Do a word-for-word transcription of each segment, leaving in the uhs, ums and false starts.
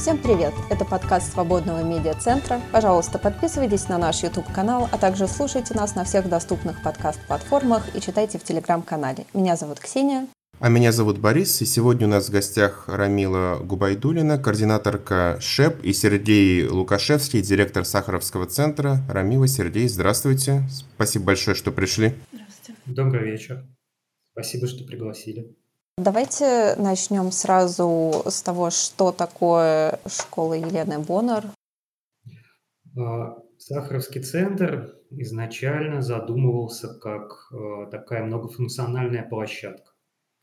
Всем привет! Это подкаст Свободного медиа-центра. Пожалуйста, подписывайтесь на наш YouTube-канал, а также слушайте нас на всех доступных подкаст-платформах и читайте в Телеграм-канале. Меня зовут Ксения. А меня зовут Борис, и сегодня у нас в гостях Рамила Губайдуллина, координаторка ШЭП, и Сергей Лукашевский, директор Сахаровского центра. Рамила, Сергей, здравствуйте. Спасибо большое, что пришли. Здравствуйте. Добрый вечер. Спасибо, что пригласили. Давайте начнем сразу с того, что такое школа Елены Боннер. Сахаровский центр изначально задумывался как такая многофункциональная площадка.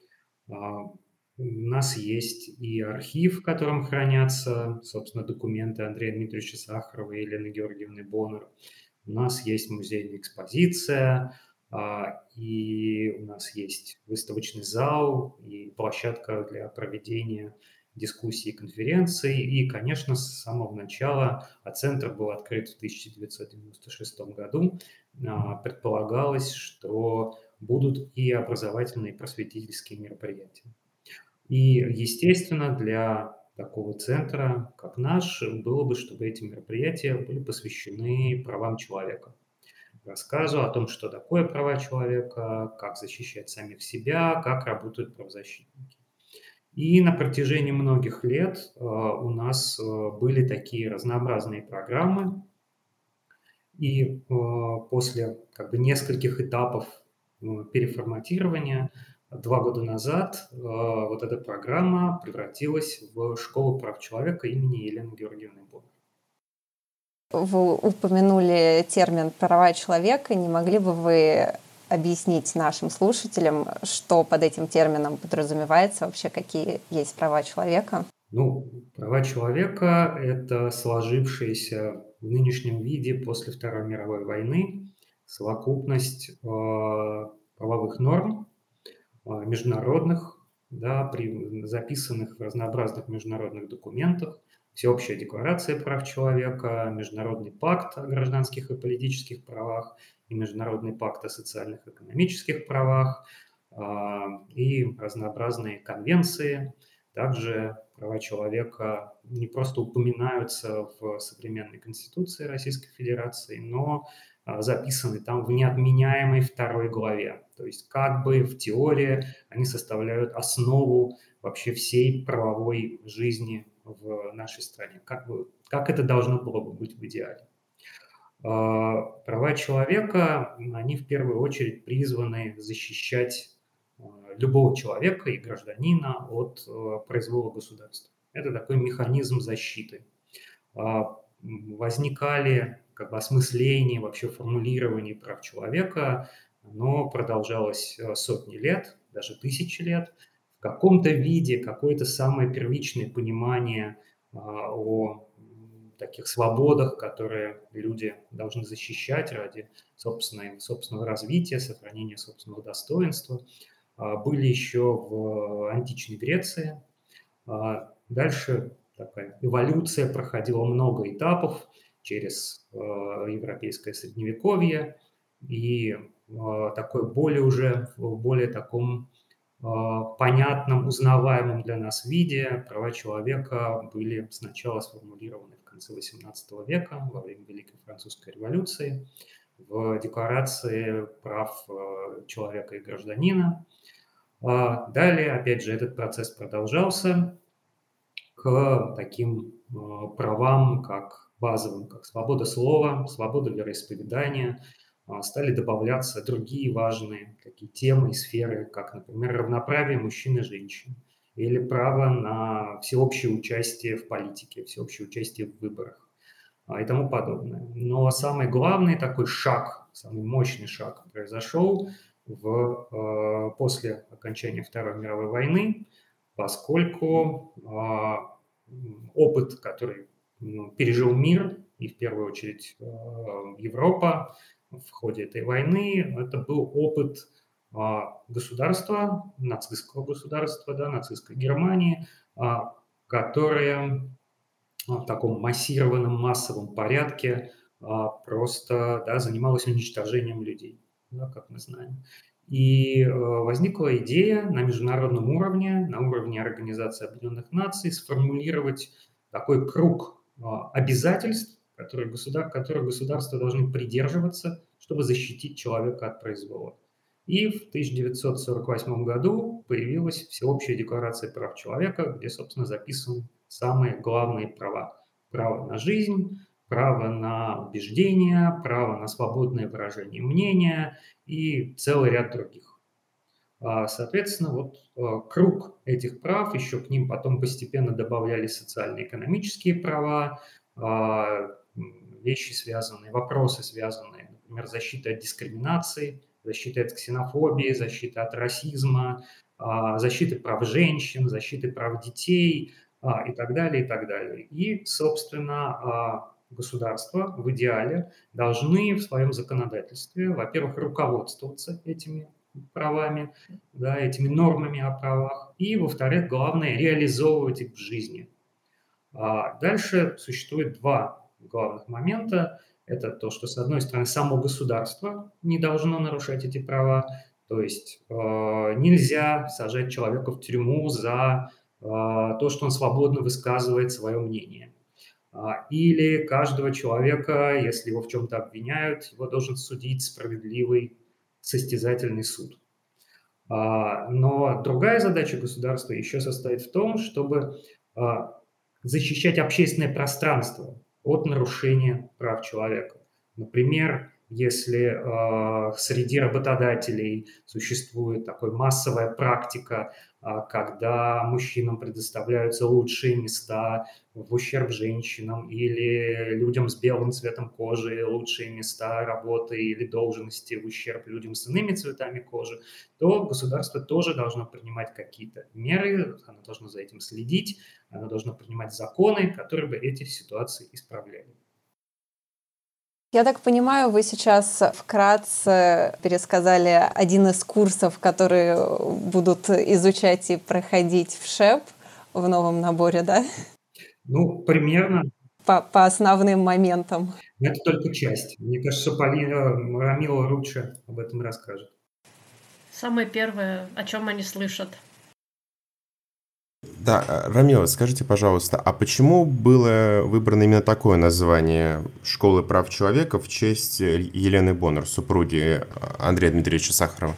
У нас есть и архив, в котором хранятся, собственно, документы Андрея Дмитриевича Сахарова и Елены Георгиевны Боннер. У нас есть музейная экспозиция, и у нас есть выставочный зал и площадка для проведения дискуссий и конференций. И, конечно, с самого начала, а центр был открыт в тысяча девятьсот девяносто шестом году, предполагалось, что будут и образовательные, и просветительские мероприятия. И, естественно, для такого центра, как наш, было бы, чтобы эти мероприятия были посвящены правам человека. Рассказу о том, что такое права человека, как защищать самих себя, как работают правозащитники. И на протяжении многих лет у нас были такие разнообразные программы. И после как бы нескольких этапов переформатирования два года назад вот эта программа превратилась в школу прав человека имени Елены Георгиевны Боннер. Вы упомянули термин «права человека». Не могли бы вы объяснить нашим слушателям, что под этим термином подразумевается, вообще какие есть права человека? Ну, права человека – это сложившаяся в нынешнем виде после Второй мировой войны совокупность э, правовых норм, э, международных, да, при, записанных в разнообразных международных документах, Всеобщая декларация прав человека, Международный пакт о гражданских и политических правах и Международный пакт о социальных и экономических правах, и разнообразные конвенции. Также права человека не просто упоминаются в современной Конституции Российской Федерации, но записаны там в неотменяемой второй главе. То есть как бы в теории они составляют основу вообще всей правовой жизни в нашей стране, как, бы, как это должно было бы быть в идеале. Права человека, они в первую очередь призваны защищать любого человека и гражданина от произвола государства. Это такой механизм защиты. Возникали как бы осмысления, вообще формулирование прав человека, оно продолжалось сотни лет, даже тысячи лет. В каком-то виде какое-то самое первичное понимание а, о таких свободах, которые люди должны защищать ради собственной, собственного развития, сохранения собственного достоинства, а, были еще в античной Греции. А, дальше такая эволюция проходила много этапов через а, европейское средневековье, и а, такое более уже в более таком понятном, узнаваемом для нас виде права человека были сначала сформулированы в конце восемнадцатого века, во время Великой Французской революции, в Декларации прав человека и гражданина. Далее, опять же, этот процесс продолжался к таким правам, как базовым, как свобода слова, свобода вероисповедания. Стали добавляться другие важные такие темы и сферы, как, например, равноправие мужчин и женщин, или право на всеобщее участие в политике, всеобщее участие в выборах и тому подобное. Но самый главный такой шаг, самый мощный шаг произошел в, после окончания Второй мировой войны, поскольку опыт, который пережил мир, и в первую очередь Европа, в ходе этой войны, это был опыт государства, нацистского государства, да, нацистской Германии, которое в таком массированном, массовом порядке просто, да, занималось уничтожением людей, да, как мы знаем. И возникла идея на международном уровне, на уровне Организации Объединенных Наций, сформулировать такой круг а, обязательств, которые, государ... которые государства должны придерживаться, чтобы защитить человека от произвола. И в тысяча девятьсот сорок восьмом году появилась Всеобщая декларация прав человека, где, собственно, записаны самые главные права. Право на жизнь, право на убеждения, право на свободное выражение мнения и целый ряд других. Соответственно, вот круг этих прав, еще к ним потом постепенно добавлялись социально-экономические права, вещи связанные, вопросы связанные, например, защита от дискриминации, защита от ксенофобии, защита от расизма, защита прав женщин, защита прав детей и так далее, и так далее. И, собственно, государства в идеале должны в своем законодательстве, во-первых, руководствоваться этими правами, да, этими нормами о правах, и, во-вторых, главное, реализовывать их в жизни. Дальше существует два главных момента. Это то, что, с одной стороны, само государство не должно нарушать эти права, то есть э, нельзя сажать человека в тюрьму за э, то, что он свободно высказывает свое мнение. А, или каждого человека, если его в чем-то обвиняют, его должен судить справедливый состязательный суд. А, но другая задача государства еще состоит в том, чтобы а, защищать общественное пространство от нарушения прав человека. Например, если э, среди работодателей существует такая массовая практика, э, когда мужчинам предоставляются лучшие места в ущерб женщинам, или людям с белым цветом кожи лучшие места работы или должности в ущерб людям с иными цветами кожи, то государство тоже должно принимать какие-то меры, оно должно за этим следить, оно должно принимать законы, которые бы эти ситуации исправляли. Я так понимаю, вы сейчас вкратце пересказали один из курсов, которые будут изучать и проходить в ШЭП в новом наборе, да? Ну, примерно. По, по основным моментам. Это только часть. Мне кажется, Полина Рамила лучше об этом расскажет. Самое первое, о чем они слышат. Да, Рамила, скажите, пожалуйста, а почему было выбрано именно такое название «Школы прав человека» в честь Елены Боннер, супруги Андрея Дмитриевича Сахарова?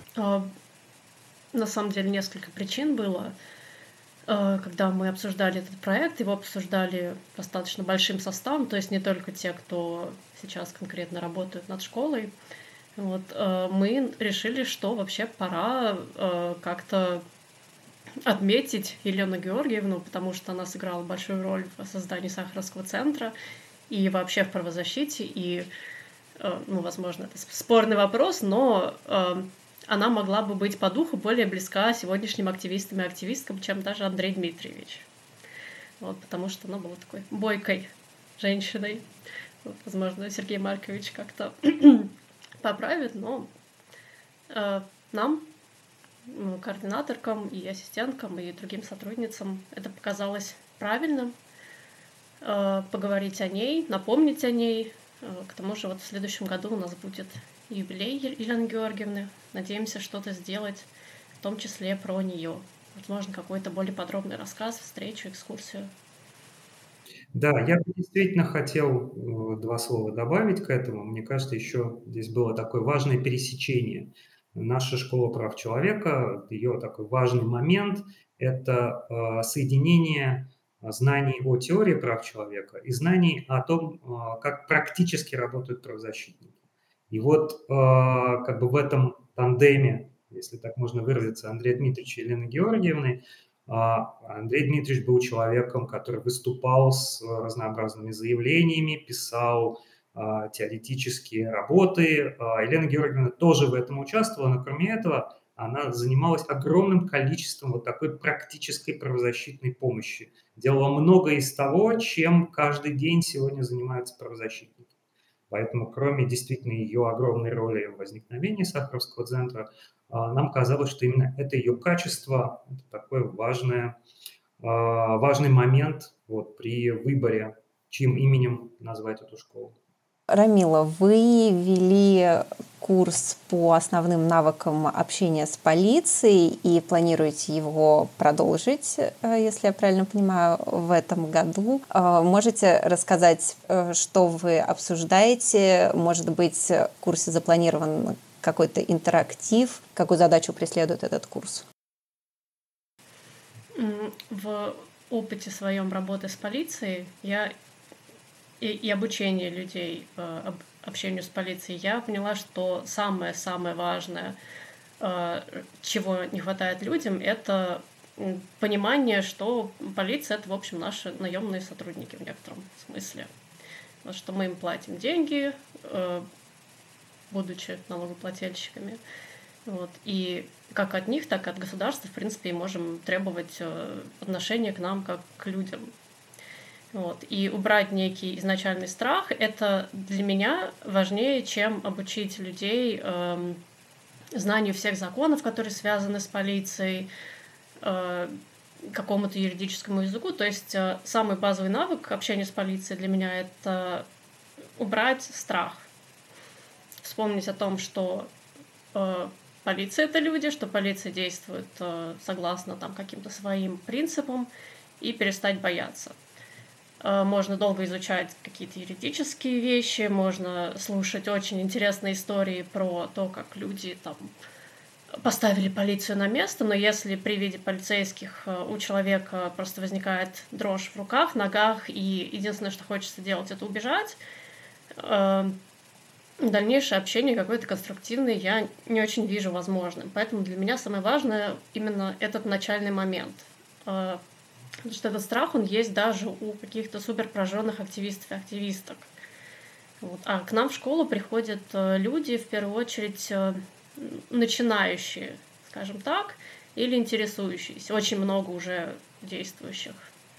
На самом деле несколько причин было. Когда мы обсуждали этот проект, его обсуждали достаточно большим составом, то есть не только те, кто сейчас конкретно работают над школой. Вот, мы решили, что вообще пора как-то отметить Елену Георгиевну, потому что она сыграла большую роль в создании Сахаровского центра и вообще в правозащите. И, ну, возможно, это спорный вопрос, но она могла бы быть по духу более близка сегодняшним активистам и активисткам, чем даже Андрей Дмитриевич. Вот, потому что она была такой бойкой женщиной. Вот, возможно, Сергей Маркович как-то поправит, но э, нам, координаторкам и ассистенткам и другим сотрудницам, это показалось правильным э, поговорить о ней, напомнить о ней. Э, к тому же вот в следующем году у нас будет юбилей Елены Георгиевны. Надеемся что-то сделать, в том числе про нее. Возможно, какой-то более подробный рассказ, встречу, экскурсию. Да, я бы действительно хотел два слова добавить к этому. Мне кажется, еще здесь было такое важное пересечение. Наша школа прав человека, ее такой важный момент – это соединение знаний о теории прав человека и знаний о том, как практически работают правозащитники. И вот как бы в этом тандеме, если так можно выразиться, Андрея Дмитриевича и Елены Георгиевны, Андрей Дмитриевич был человеком, который выступал с разнообразными заявлениями, писал теоретические работы. Елена Георгиевна тоже в этом участвовала, но кроме этого она занималась огромным количеством вот такой практической правозащитной помощи. Делала многое из того, чем каждый день сегодня занимаются правозащитники. Поэтому, кроме действительно ее огромной роли в возникновении Сахаровского центра, нам казалось, что именно это ее качество, это такой важное, важный момент вот, при выборе, чьим именем назвать эту школу. Рамила, вы вели курс по основным навыкам общения с полицией и планируете его продолжить, если я правильно понимаю, в этом году. Можете рассказать, что вы обсуждаете? Может быть, в курсе запланирован какой-то интерактив? Какую задачу преследует этот курс? В опыте своем работы с полицией я и, и обучение людей э, об, общению с полицией, я поняла, что самое-самое важное, э, чего не хватает людям, это понимание, что полиция — это, в общем, наши наемные сотрудники в некотором смысле. Вот, что мы им платим деньги, э, будучи налогоплательщиками. Вот, и как от них, так и от государства, в принципе, и можем требовать э, отношения к нам как к людям. Вот. И убрать некий изначальный страх — это для меня важнее, чем обучить людей э, знанию всех законов, которые связаны с полицией, э, какому-то юридическому языку. То есть э, самый базовый навык общения с полицией для меня — это убрать страх. Вспомнить о том, что э, полиция — это люди, что полиция действует э, согласно там, каким-то своим принципам, и перестать бояться. Можно долго изучать какие-то юридические вещи, можно слушать очень интересные истории про то, как люди там поставили полицию на место, но если при виде полицейских у человека просто возникает дрожь в руках, ногах, и единственное, что хочется делать, это убежать, дальнейшее общение какое-то конструктивное я не очень вижу возможным. Поэтому для меня самое важное именно этот начальный момент. Потому что этот страх, он есть даже у каких-то супер прожженных активистов и активисток. Вот. А к нам в школу приходят люди, в первую очередь, начинающие, скажем так, или интересующиеся. Очень много уже действующих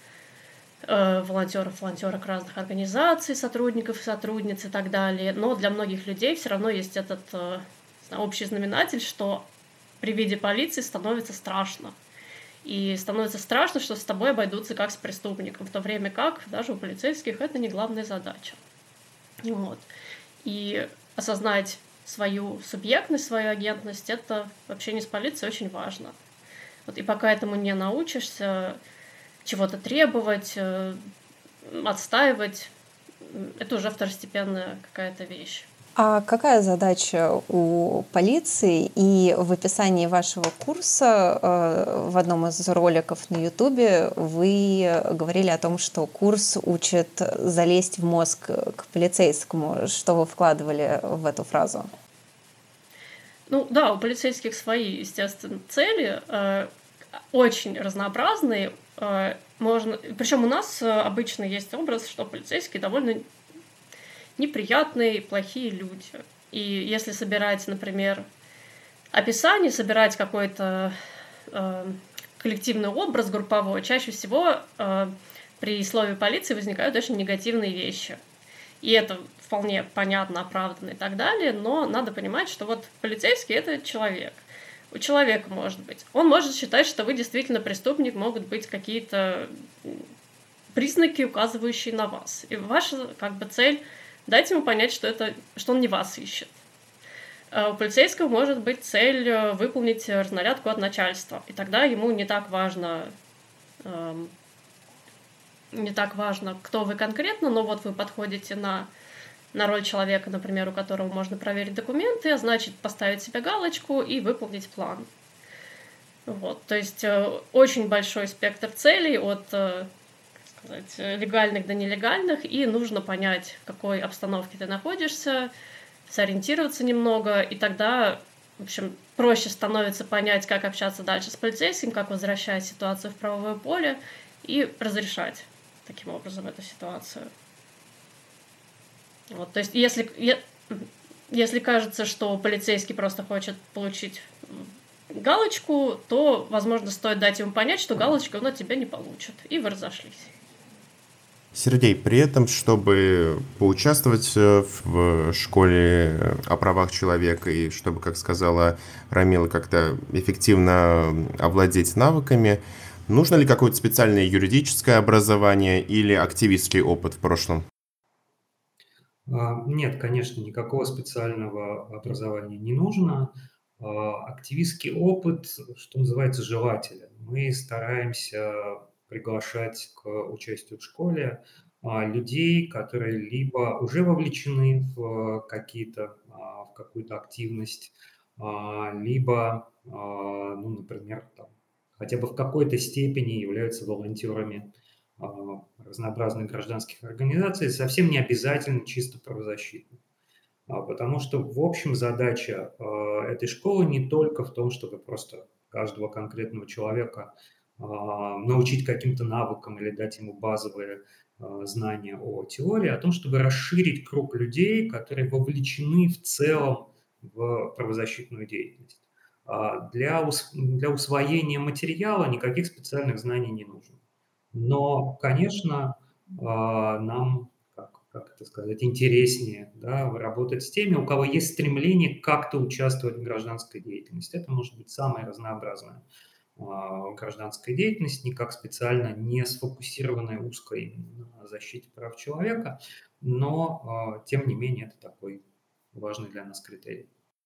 волонтеров, волонтерок разных организаций, сотрудников и сотрудниц и так далее. Но для многих людей все равно есть этот общий знаменатель, что при виде полиции становится страшно. И становится страшно, что с тобой обойдутся как с преступником, в то время как даже у полицейских это не главная задача. Вот. И осознать свою субъектность, свою агентность — это в общении с полицией очень важно. Вот. И пока этому не научишься, чего-то требовать, отстаивать, это уже второстепенная какая-то вещь. А какая задача у полиции? И в описании вашего курса в одном из роликов на Ютубе вы говорили о том, что курс учит залезть в мозг к полицейскому. Что вы вкладывали в эту фразу? Ну да, у полицейских свои, естественно, цели, э, очень разнообразные. Э, можно... Причем у нас обычно есть образ, что полицейские довольно неприятные, плохие люди. И если собирать, например, описание, собирать какой-то э, коллективный образ групповой, чаще всего э, при слове полиции возникают очень негативные вещи. И это вполне понятно, оправданно и так далее, но надо понимать, что вот полицейский — это человек. У человека может быть. Он может считать, что вы действительно преступник, могут быть какие-то признаки, указывающие на вас. И ваша как бы цель — дать ему понять, что, это, что он не вас ищет. У полицейского может быть цель выполнить разнарядку от начальства, и тогда ему не так важно, э, не так важно, кто вы конкретно, но вот вы подходите на, на роль человека, например, у которого можно проверить документы, а значит поставить себе галочку и выполнить план. Вот, то есть э, очень большой спектр целей от э, легальных до нелегальных, и нужно понять, в какой обстановке ты находишься, сориентироваться немного, и тогда, в общем, проще становится понять, как общаться дальше с полицейским, как возвращать ситуацию в правовое поле и разрешать таким образом эту ситуацию. Вот, то есть если, если кажется, что полицейский просто хочет получить галочку, то, возможно, стоит дать ему понять, что галочку он от тебя не получит, и вы разошлись. Сергей, при этом, чтобы поучаствовать в школе о правах человека и чтобы, как сказала Рамила, как-то эффективно овладеть навыками, нужно ли какое-то специальное юридическое образование или активистский опыт в прошлом? А, Нет, конечно, никакого специального образования не нужно. А, Активистский опыт, что называется, желателен. Мы стараемся приглашать к участию в школе а, людей, которые либо уже вовлечены в какие-то, а, в какую-то активность, а, либо, а, ну, например, там, хотя бы в какой-то степени являются волонтерами а, разнообразных гражданских организаций, совсем не обязательно чисто правозащитных. А, Потому что, в общем, задача а, этой школы не только в том, чтобы просто каждого конкретного человека а, научить каким-то навыкам или дать ему базовые а, знания о теории, а о том, чтобы расширить круг людей, которые вовлечены в целом в правозащитную деятельность. А Для, ус- для усвоения материала никаких специальных знаний не нужно. Но, конечно, а, нам, как, как это сказать, интереснее, да, работать с теми, у кого есть стремление как-то участвовать в гражданской деятельности. Это может быть самая разнообразная а, гражданская деятельность, никак специально не сфокусированная узко именно на защите прав человека, но, а, тем не менее, это такой важный для нас критерий.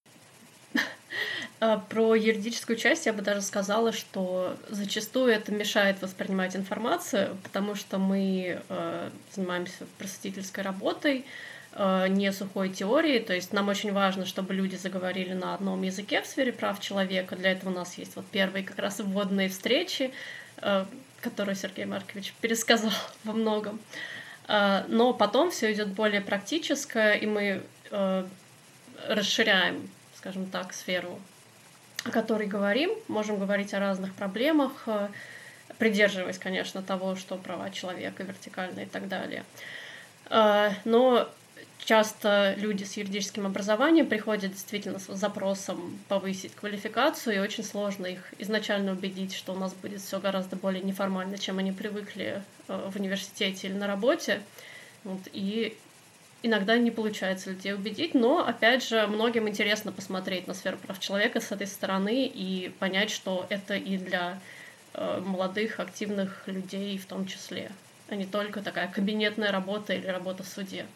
А, Про юридическую часть я бы даже сказала, что зачастую это мешает воспринимать информацию, потому что мы э, занимаемся просветительской работой, э, не сухой теорией, то есть нам очень важно, чтобы люди заговорили на одном языке в сфере прав человека. Для этого у нас есть вот первые как раз вводные встречи, э, которые Сергей Маркович пересказал во многом. Э, Но потом все идет более практическое, и мы э, расширяем, скажем так, сферу, о которой говорим, можем говорить о разных проблемах, э, придерживаясь, конечно, того, что права человека вертикальные и так далее. Э, Но часто люди с юридическим образованием приходят действительно с запросом повысить квалификацию, и очень сложно их изначально убедить, что у нас будет все гораздо более неформально, чем они привыкли э, в университете или на работе. Вот, и иногда не получается людей убедить, но, опять же, многим интересно посмотреть на сферу прав человека с этой стороны и понять, что это и для э, молодых, активных людей в том числе, а не только такая кабинетная работа или работа в суде.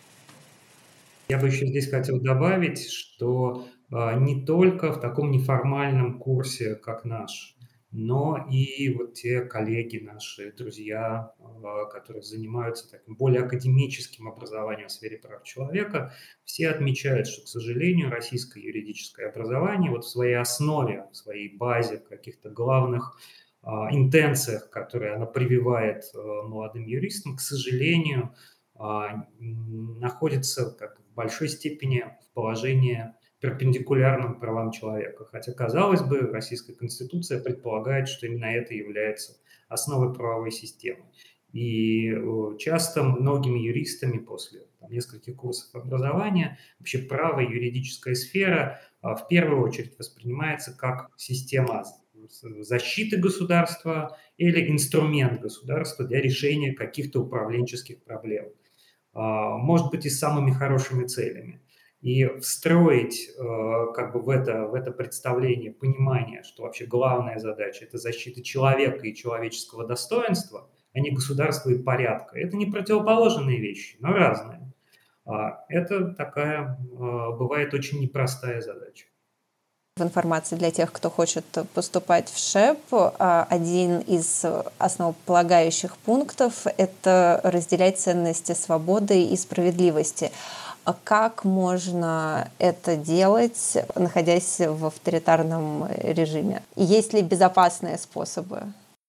Я бы еще здесь хотел добавить, что а, не только в таком неформальном курсе, как наш, но и вот те коллеги наши, друзья, а, которые занимаются таким более академическим образованием в сфере прав человека, все отмечают, что, к сожалению, российское юридическое образование вот в своей основе, в своей базе, в каких-то главных а, интенциях, которые она прививает а, молодым юристам, к сожалению, а, находится как в большой степени в положении перпендикулярном правам человека. Хотя, казалось бы, Российская Конституция предполагает, что именно это является основой правовой системы. И э, часто многими юристами после там, нескольких курсов образования вообще право и юридическая сфера а, в первую очередь воспринимается как система защиты государства или инструмент государства для решения каких-то управленческих проблем. Может быть, и с самыми хорошими целями. И встроить э, как бы в это, в это представление понимание, что вообще главная задача – это защита человека и человеческого достоинства, а не государства и порядка. Это не противоположные вещи, но разные. А, Это такая, э, бывает очень непростая задача. В информации для тех, кто хочет поступать в ШЭП, один из основополагающих пунктов – это разделять ценности свободы и справедливости. Как можно это делать, находясь в авторитарном режиме? И есть ли безопасные способы?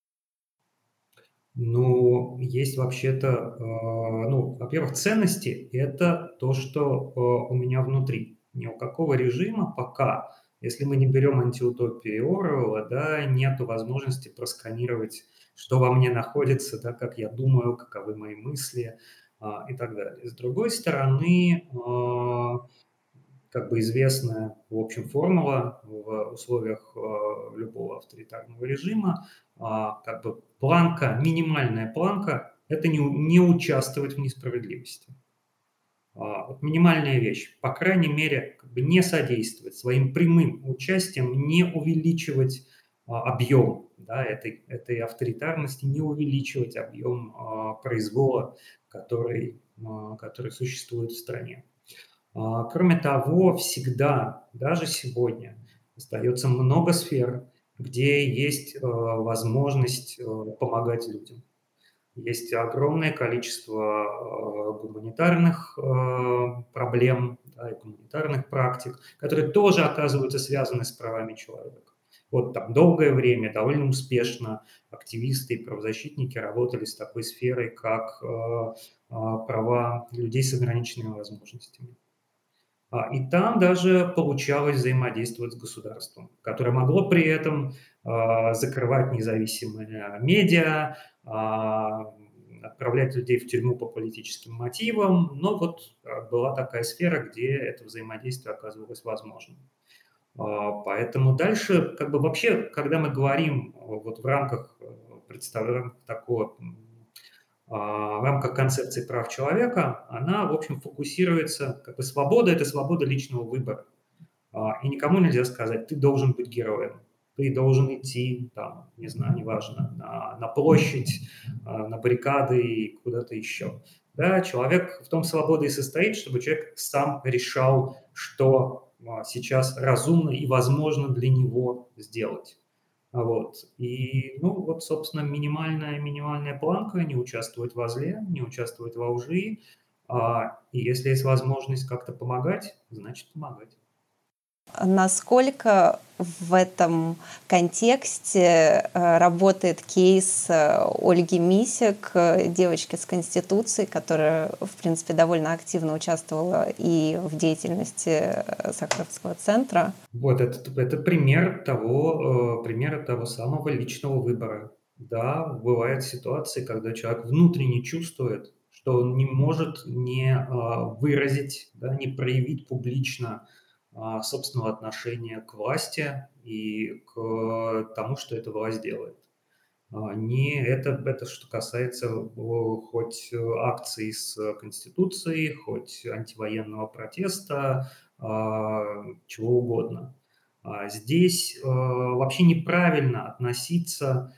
Ну, есть вообще-то, э, ну, во-первых, ценности – это то, что э, у меня внутри. Ни у какого режима пока, если мы не берем антиутопии Оруэлла, да, нету возможности просканировать, что во мне находится, да, как я думаю, каковы мои мысли а, и так далее. С другой стороны, э, как бы известная, в общем, формула в условиях э, любого авторитарного режима, а, как бы планка, минимальная планка – это не, не участвовать в несправедливости. А, вот минимальная вещь, по крайней мере, как бы не содействовать своим прямым участием, не увеличивать объем, да, этой, этой авторитарности, не увеличивать объем произвола, который, который существует в стране. Кроме того, всегда, даже сегодня, остается много сфер, где есть возможность помогать людям. Есть огромное количество гуманитарных проблем, да, и гуманитарных практик, которые тоже оказываются связаны с правами человека. Вот там долгое время довольно успешно активисты и правозащитники работали с такой сферой, как права людей с ограниченными возможностями. И там даже получалось взаимодействовать с государством, которое могло при этом закрывать независимые медиа, отправлять людей в тюрьму по политическим мотивам, но вот была такая сфера, где это взаимодействие оказывалось возможным. Поэтому дальше, как бы вообще, когда мы говорим вот в рамках представляем такого, в рамках концепции прав человека, она, в общем, фокусируется, как бы свобода – это свобода личного выбора. И никому нельзя сказать, ты должен быть героем, ты должен идти, там, не знаю, неважно, на, на площадь, на баррикады и куда-то еще. Да, человек в том свобода и состоит, чтобы человек сам решал, что сейчас разумно и возможно для него сделать. Вот. И, ну, вот, собственно, минимальная, минимальная планка – не участвовать во зле, не участвовать во лжи. А, и если есть возможность как-то помогать, значит помогать. Насколько в этом контексте работает кейс Ольги Мисек, девочки с Конституцией, которая, в принципе, довольно активно участвовала и в деятельности Сахаровского центра? Вот, это, это пример того, пример того самого личного выбора. Да, бывают ситуации, когда человек внутренне чувствует, что он не может не выразить, да, не проявить публично собственного отношения к власти и к тому, что эта власть делает. Не это, это что касается хоть акций с Конституцией, хоть антивоенного протеста, чего угодно. Здесь вообще неправильно относиться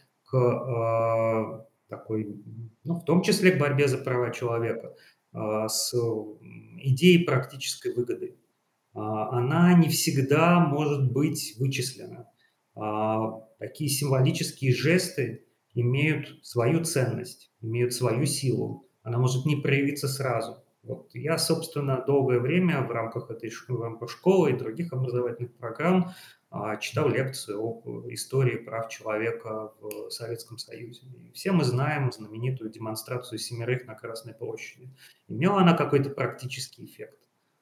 к такой, ну, в том числе к борьбе за права человека, с идеей практической выгоды. Она не всегда может быть вычислена. Такие символические жесты имеют свою ценность, имеют свою силу. Она может не проявиться сразу. Вот. Я, собственно, долгое время в рамках этой в рамках школы и других образовательных программ читал лекцию об истории прав человека в Советском Союзе. И все мы знаем знаменитую демонстрацию семерых на Красной площади. Имела она какой-то практический эффект?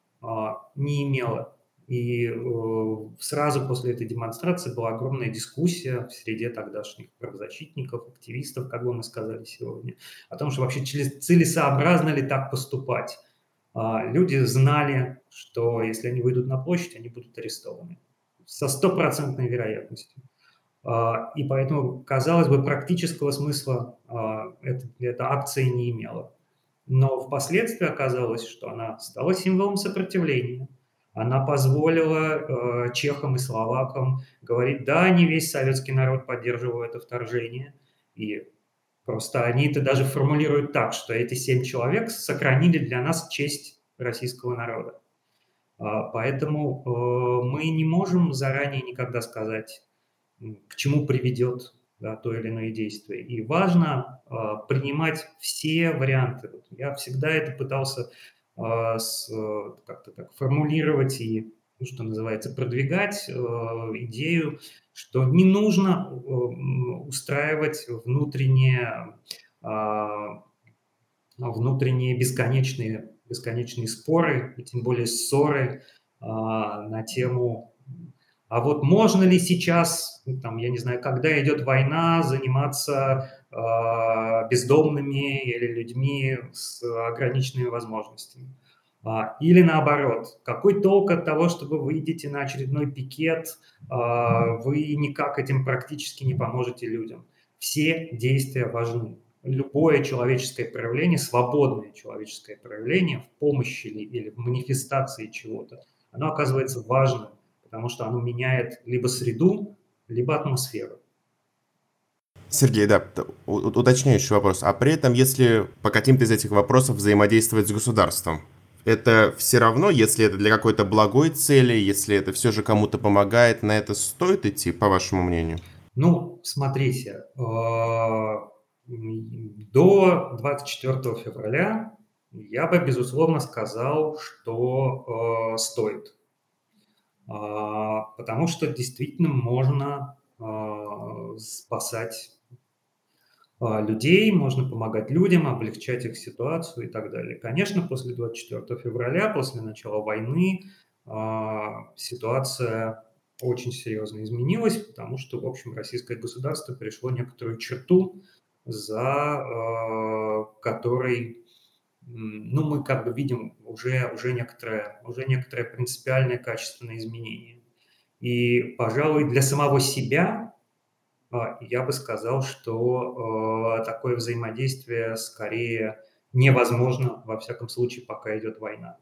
Не имела. И э, сразу после этой демонстрации была огромная дискуссия в среде тогдашних правозащитников, активистов, как бы мы сказали сегодня, о том, что вообще целесообразно ли так поступать. А, люди знали, что если они выйдут на площадь, они будут арестованы со стопроцентной вероятностью. А, и поэтому, казалось бы, практического смысла а, эта, эта акция не имела. Но впоследствии оказалось, что она стала символом сопротивления. Она позволила э, чехам и словакам говорить, да, не весь советский народ поддерживал это вторжение. И просто они это даже формулируют так, что эти семь человек сохранили для нас честь российского народа. А, поэтому э, мы не можем заранее никогда сказать, к чему приведет, да, то или иное действие. И важно э, принимать все варианты. Вот я всегда это пытался э, с, как-то так формулировать и, ну, что называется, продвигать э, идею, что не нужно э, устраивать внутренние, э, внутренние бесконечные, бесконечные споры, и тем более ссоры э, на тему... А вот можно ли сейчас, там, я не знаю, когда идет война, заниматься э, бездомными или людьми с ограниченными возможностями? А, или наоборот, какой толк от того, чтобы вы идете на очередной пикет, э, вы никак этим практически не поможете людям. Все действия важны. Любое человеческое проявление, свободное человеческое проявление в помощи или, или в манифестации чего-то, оно оказывается важным, потому что оно меняет либо среду, либо атмосферу. Сергей, да, т- у- у- уточняющий вопрос. А при этом, если по каким-то из этих вопросов взаимодействовать с государством, это все равно, если это для какой-то благой цели, если это все же кому-то помогает, на это стоит идти, по вашему мнению? Ну, смотрите, э, м, до двадцать четвёртого февраля я бы, безусловно, сказал, что э, стоит. А, Потому что действительно можно а, спасать а, людей, можно помогать людям, облегчать их ситуацию и так далее. Конечно, после двадцать четвёртого февраля, после начала войны, а, ситуация очень серьезно изменилась, потому что, в общем, российское государство перешло некоторую черту, за а, которой, м, ну, мы как бы видим уже, уже, некоторое, уже некоторое принципиальное качественное изменение. И, пожалуй, для самого себя а, я бы сказал, что э, такое взаимодействие скорее невозможно, во всяком случае, пока идет война.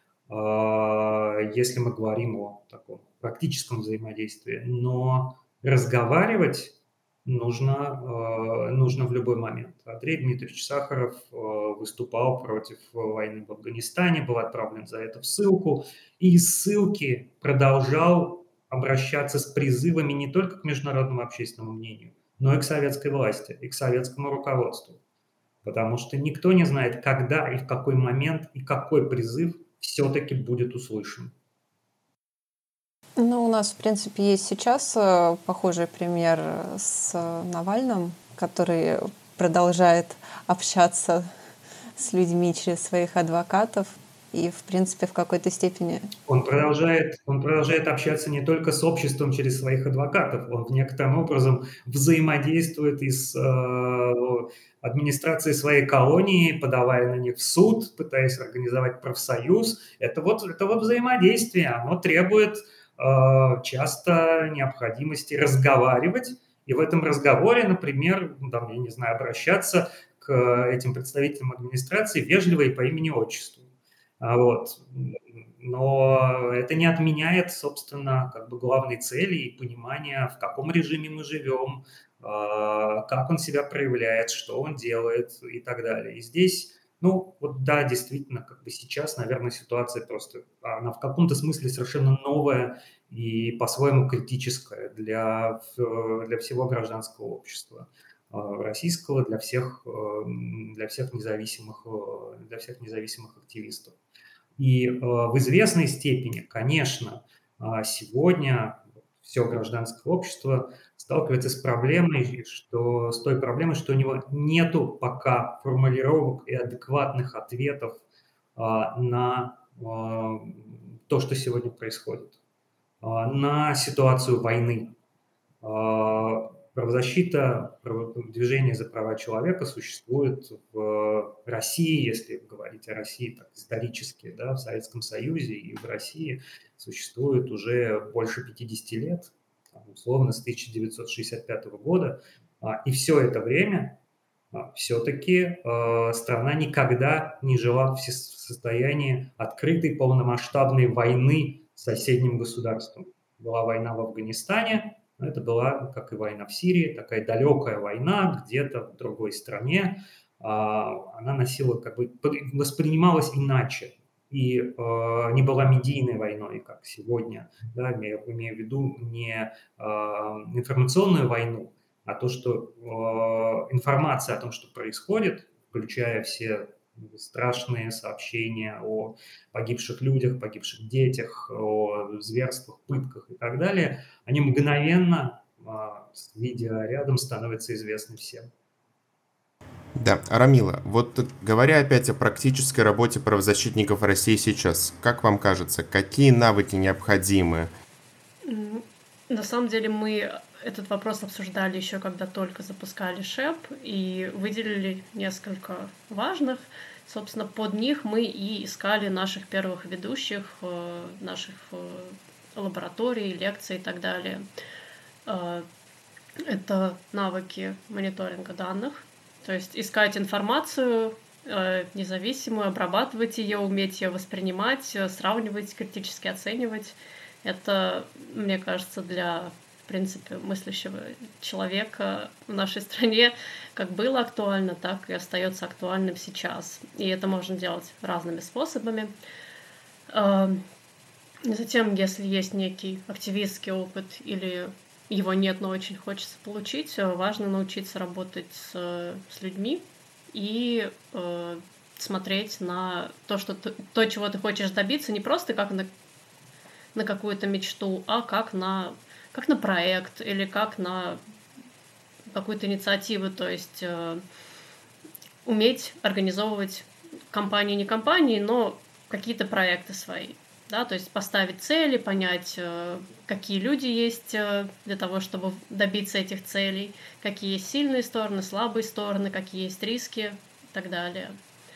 А, Если мы говорим о таком практическом взаимодействии, но разговаривать нужно, э, нужно в любой момент. Андрей Дмитриевич Сахаров э, выступал против войны в Афганистане, был отправлен за это в ссылку, и из ссылки продолжал обращаться с призывами не только к международному общественному мнению, но и к советской власти, и к советскому руководству. Потому что никто не знает, когда и в какой момент и какой призыв все-таки будет услышан. Ну, у нас, в принципе, есть сейчас э, похожий пример с Навальным, который продолжает общаться с людьми через своих адвокатов и, в принципе, в какой-то степени... Он продолжает, он продолжает общаться не только с обществом через своих адвокатов, он некоторым образом взаимодействует и с э, администрацией своей колонии, подавая на них в суд, пытаясь организовать профсоюз. Это вот, это вот взаимодействие, оно требует э, часто необходимости разговаривать, и в этом разговоре, например, там, я не знаю, обращаться к этим представителям администрации вежливо и по имени-отчеству. Вот. Но это не отменяет, собственно, как бы главной цели и понимания, в каком режиме мы живем, как он себя проявляет, что он делает и так далее. И здесь, ну, вот да, действительно, как бы сейчас, наверное, ситуация просто, она в каком-то смысле совершенно новая и по-своему критическая для, для всего гражданского общества российского, для всех, для всех независимых, для всех независимых активистов. И в известной степени, конечно, сегодня все гражданское общество сталкивается с проблемой, что, с той проблемой, что у него нету пока формулировок и адекватных ответов на то, что сегодня происходит, на ситуацию войны. Правозащита, движение за права человека существует в России, если говорить о России так исторически, да, в Советском Союзе и в России существует уже больше пятидесяти лет, условно с тысяча девятьсот шестьдесят пятого года, и все это время все-таки страна никогда не жила в состоянии открытой полномасштабной войны с соседним государством. Была война в Афганистане, это была, как и война в Сирии, такая далекая война где-то в другой стране. Она носила, как бы, воспринималась иначе и э, не была медийной войной, как сегодня. Да, имею, имею в виду не э, информационную войну, а то, что э, информация о том, что происходит, включая все страшные сообщения о погибших людях, погибших детях, о зверствах, пытках и так далее, они мгновенно а, с видеорядом становятся известны всем. Да, Рамила, вот говоря опять о практической работе правозащитников России сейчас, как вам кажется, какие навыки необходимы? На самом деле мы этот вопрос обсуждали еще, когда только запускали ШЭП, и выделили несколько важных. Собственно, под них мы и искали наших первых ведущих, наших лабораторий, лекций и так далее. Это навыки мониторинга данных, то есть искать информацию независимую, обрабатывать ее, уметь ее воспринимать, сравнивать, критически оценивать. Это, мне кажется, для принципе, мыслящего человека в нашей стране как было актуально, так и остается актуальным сейчас. И это можно делать разными способами. Затем, если есть некий активистский опыт или его нет, но очень хочется получить, важно научиться работать с, с людьми и э, смотреть на то, что ты, то, чего ты хочешь добиться, не просто как на, на какую-то мечту, а как на, как на проект или как на какую-то инициативу. То есть э, уметь организовывать компании, не компании, но какие-то проекты свои. Да, то есть поставить цели, понять, какие люди есть для того, чтобы добиться этих целей, какие есть сильные стороны, слабые стороны, какие есть риски и так далее.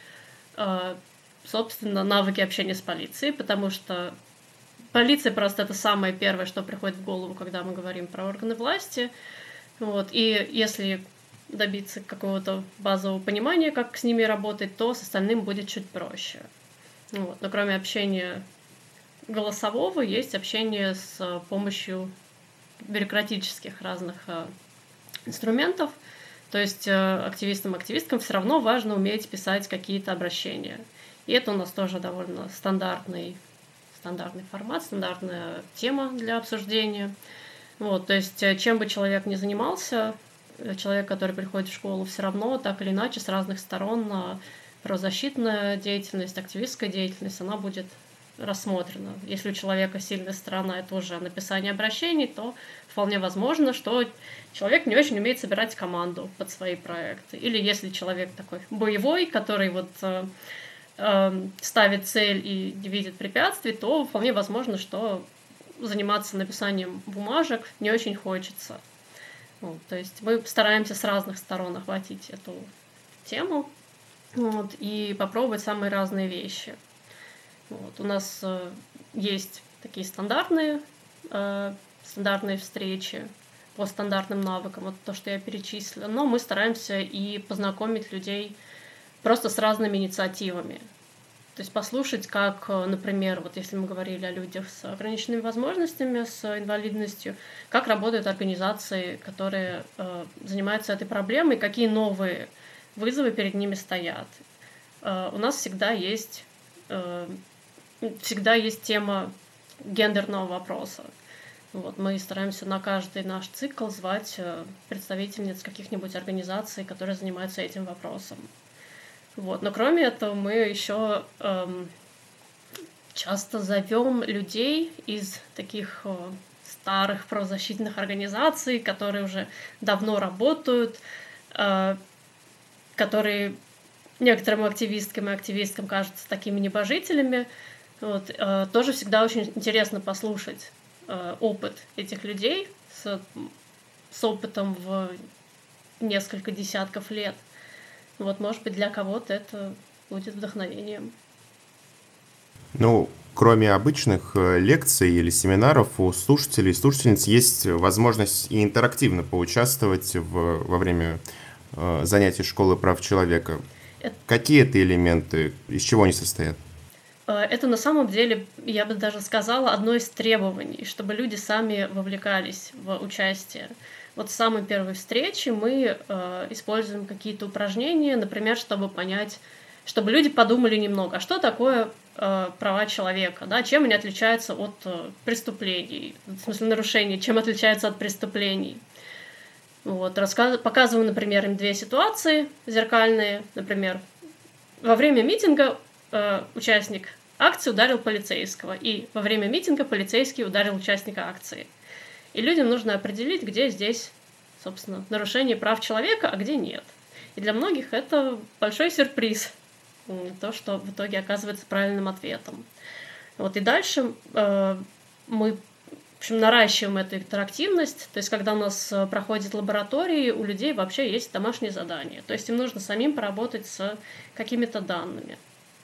Собственно, навыки общения с полицией, потому что полиция просто это самое первое, что приходит в голову, когда мы говорим про органы власти. Вот. И если добиться какого-то базового понимания, как с ними работать, то с остальным будет чуть проще. Вот. Но кроме общения голосового есть общение с помощью бюрократических разных инструментов. То есть активистам, активисткам все равно важно уметь писать какие-то обращения. И это у нас тоже довольно стандартный, стандартный формат, стандартная тема для обсуждения. Вот, то есть чем бы человек ни занимался, человек, который приходит в школу, все равно так или иначе с разных сторон правозащитная деятельность, активистская деятельность, она будет рассмотрено. Если у человека сильная сторона — это уже написание обращений, то вполне возможно, что человек не очень умеет собирать команду под свои проекты. Или если человек такой боевой, который вот э, э, ставит цель и не видит препятствий, то вполне возможно, что заниматься написанием бумажек не очень хочется. Вот, то есть мы стараемся с разных сторон охватить эту тему, вот, и попробовать самые разные вещи. Вот. У нас э, есть такие стандартные, э, стандартные встречи по стандартным навыкам, вот то, что я перечислила, но мы стараемся и познакомить людей просто с разными инициативами. То есть послушать, как, например, вот если мы говорили о людях с ограниченными возможностями, с инвалидностью, как работают организации, которые э, занимаются этой проблемой, какие новые вызовы перед ними стоят. Э, у нас всегда есть... Э, Всегда есть тема гендерного вопроса. Вот, мы стараемся на каждый наш цикл звать представительниц каких-нибудь организаций, которые занимаются этим вопросом. Вот. Но кроме этого мы еще эм, часто зовем людей из таких э, старых правозащитных организаций, которые уже давно работают, э, которые некоторым активисткам и активисткам кажутся такими небожителями. Вот, э, тоже всегда очень интересно послушать э, опыт этих людей с, с опытом в несколько десятков лет. Вот, может быть, для кого-то это будет вдохновением. Ну, кроме обычных лекций или семинаров, у слушателей и слушательниц есть возможность и интерактивно поучаствовать в, во время э, занятий школы прав человека. Это... Какие это элементы, из чего они состоят? Это на самом деле, я бы даже сказала, одно из требований, чтобы люди сами вовлекались в участие. Вот с самой первой встречи мы э, используем какие-то упражнения, например, чтобы понять, чтобы люди подумали немного, а что такое э, права человека, да, чем они отличаются от э, преступлений, в смысле нарушений, чем отличаются от преступлений. Вот, рассказ... Показываю, например, им две ситуации зеркальные, например, во время митинга э, участник акции ударил полицейского, и во время митинга полицейский ударил участника акции. И людям нужно определить, где здесь, собственно, нарушение прав человека, а где нет. И для многих это большой сюрприз, то, что в итоге оказывается правильным ответом. Вот, и дальше э, мы, в общем, наращиваем эту интерактивность. То есть, когда у нас проходят лаборатории, у людей вообще есть домашние задания. То есть, им нужно самим поработать с какими-то данными.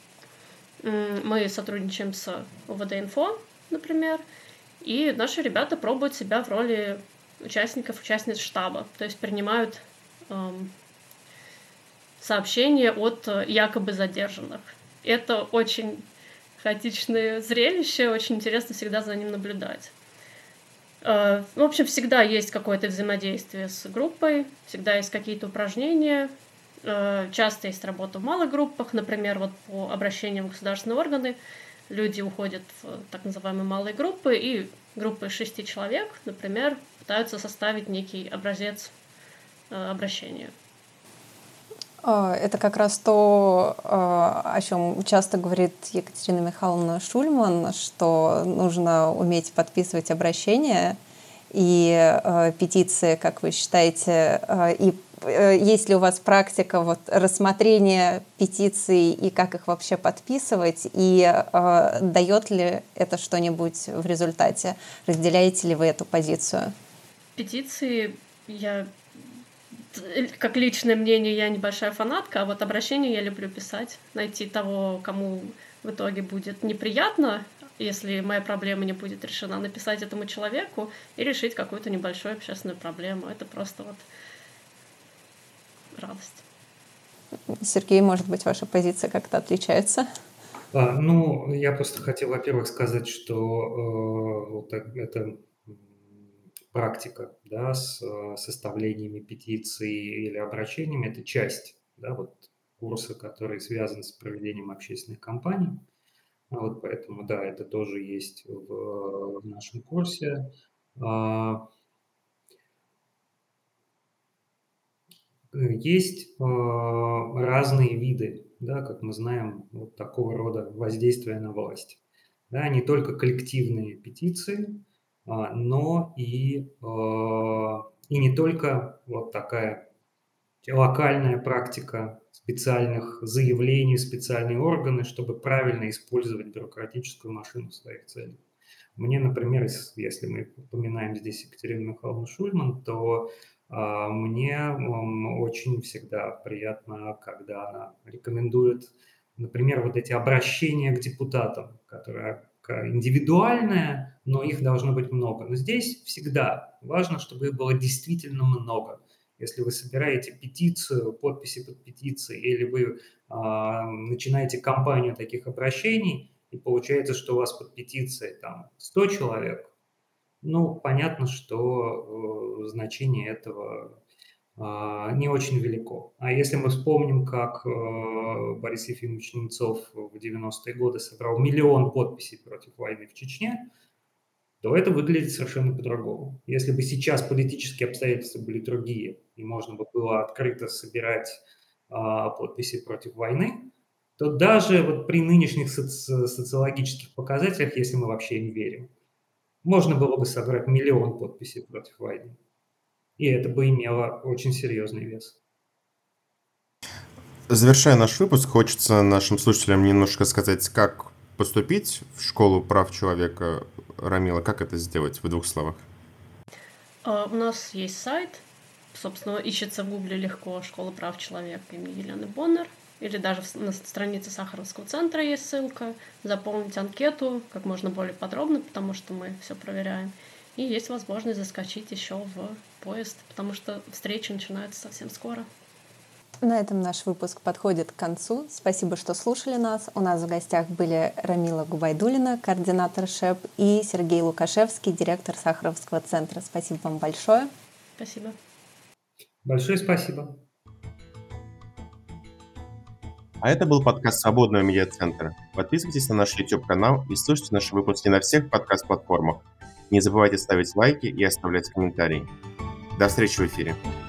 Мы сотрудничаем с УВД-инфо, например, и наши ребята пробуют себя в роли участников, участниц штаба. То есть, принимают эм, сообщения от якобы задержанных. Это очень хаотичное зрелище, очень интересно всегда за ним наблюдать. Э, В общем, всегда есть какое-то взаимодействие с группой, всегда есть какие-то упражнения. Э, Часто есть работа в малых группах, например, вот по обращениям в государственные органы люди уходят в так называемые малые группы, и группы из шести человек, например, пытаются составить некий образец э, обращения. А, Это как раз то, а, о чем часто говорит Екатерина Михайловна Шульман, что нужно уметь подписывать обращения и э, петиции, как вы считаете, э, и э, есть ли у вас практика вот, рассмотрения петиций и как их вообще подписывать, и э, дает ли это что-нибудь в результате? Разделяете ли вы эту позицию? Петиции я, как личное мнение, я небольшая фанатка, а вот обращения я люблю писать, найти того, кому в итоге будет неприятно, если моя проблема не будет решена, написать этому человеку и решить какую-то небольшую общественную проблему. Это просто вот радость. Сергей, может быть, ваша позиция как-то отличается? А, ну, я просто хотел, во-первых, сказать, что э, вот так- это м, практика, да, с э, составлениями петиций или обращениями, это часть, да, вот курса, который связан с проведением общественных кампаний. А Вот поэтому, да, это тоже есть в, в нашем курсе. А, э, Есть э, разные виды, да, как мы знаем, вот такого рода воздействия на власть. Да, не только коллективные петиции, а, но и, э, и не только вот такая локальная практика специальных заявлений, в специальные органы, чтобы правильно использовать бюрократическую машину в своих целях. Мне, например, ес- если мы упоминаем здесь Екатерину Михайловну Шульман, то а, мне м, очень всегда приятно, когда она рекомендует, например, вот эти обращения к депутатам, которые к- индивидуальные, но их должно быть много. Но здесь всегда важно, чтобы их было действительно много. Если вы собираете петицию, подписи под петицией, или вы а, начинаете кампанию таких обращений, и получается, что у вас под петицией там сто человек, ну, понятно, что э, значение этого а, не очень велико. А если мы вспомним, как э, Борис Ефимович Немцов в девяностые годы собрал миллион подписей против войны в Чечне, то это выглядит совершенно по-другому. Если бы сейчас политические обстоятельства были другие, и можно бы было открыто собирать а, подписи против войны, то даже вот при нынешних соци- социологических показателях, если мы вообще им верим, можно было бы собрать миллион подписей против войны. И это бы имело очень серьезный вес. Завершая наш выпуск, хочется нашим слушателям немножко сказать, как поступить в школу прав человека. Рамила, как это сделать в двух словах? А, У нас есть сайт, собственно, ищется в гугле легко «Школа прав человека» имени Елены Боннер, или даже в с- на странице Сахаровского центра есть ссылка, заполнить анкету как можно более подробно, потому что мы все проверяем. И есть возможность заскочить еще в поезд, потому что встречи начинаются совсем скоро. На этом наш выпуск подходит к концу. Спасибо, что слушали нас. У нас в гостях были Рамила Губайдуллина, координатор ШЭП, и Сергей Лукашевский, директор Сахаровского центра. Спасибо вам большое. Спасибо. Большое спасибо. А это был подкаст Свободного медиацентра. Подписывайтесь на наш YouTube-канал и слушайте наши выпуски на всех подкаст-платформах. Не забывайте ставить лайки и оставлять комментарии. До встречи в эфире.